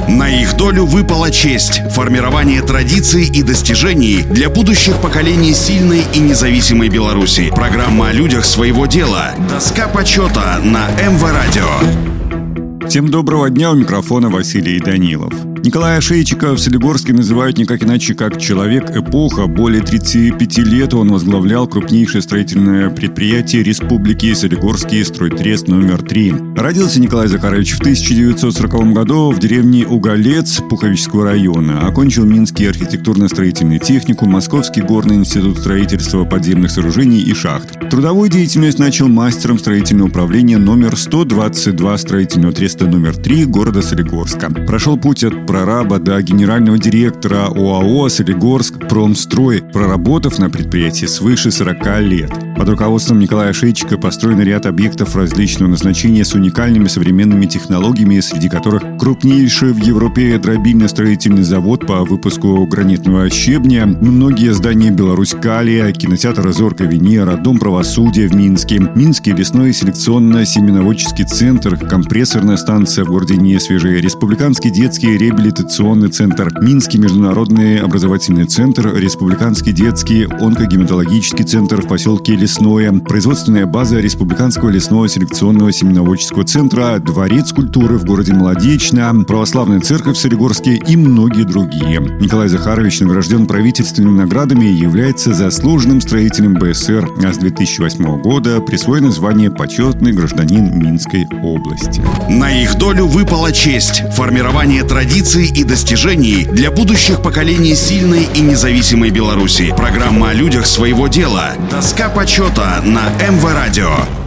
На их долю выпала честь – формирование традиций и достижений для будущих поколений сильной и независимой Беларуси. Программа о людях своего дела. Доска почета на МВ-радио. Всем доброго дня, у микрофона Василий Данилов. Николая Шейчика в Солигорске называют никак иначе, как человек-эпоха. Более 35 лет он возглавлял крупнейшее строительное предприятие республики Солигорский стройтрест номер 3. Родился Николай Захарович в 1940 году в деревне Уголец Пуховического района. Окончил Минский архитектурно-строительный техникум, Московский горный институт строительства подземных сооружений и шахт. Трудовую деятельность начал мастером строительного управления номер 122 строительного треста номер 3 города Солигорска. Прошел путь от прораба до генерального директора ОАО «Солигорск Промстрой», проработав на предприятии свыше 40 лет. Под руководством Николая Шейчика построен ряд объектов различного назначения с уникальными современными технологиями, среди которых крупнейший в Европе дробильно-строительный завод по выпуску гранитного щебня, многие здания «Беларусь-Калия», кинотеатр «Зорка Венера», Дом правосудия в Минске, Минский лесной селекционно-семеноводческий центр, компрессорная станция в городе Несвежие, Республиканский детский реабилитационный центр, Минский международный образовательный центр, Республиканский детский онкогематологический центр в поселке Лесное, производственная база Республиканского лесного селекционного семеноводческого центра, Дворец культуры в городе Молодечно, Православная церковь в Солигорске и многие другие. Николай Захарович награжден правительственными наградами и является заслуженным строителем БССР, а с 2008 года присвоено звание «Почетный гражданин Минской области». На их долю выпала честь – формирование традиций и достижений для будущих поколений сильной и независимой Беларуси. Программа о людях своего дела. Доска почета на МВ-радио.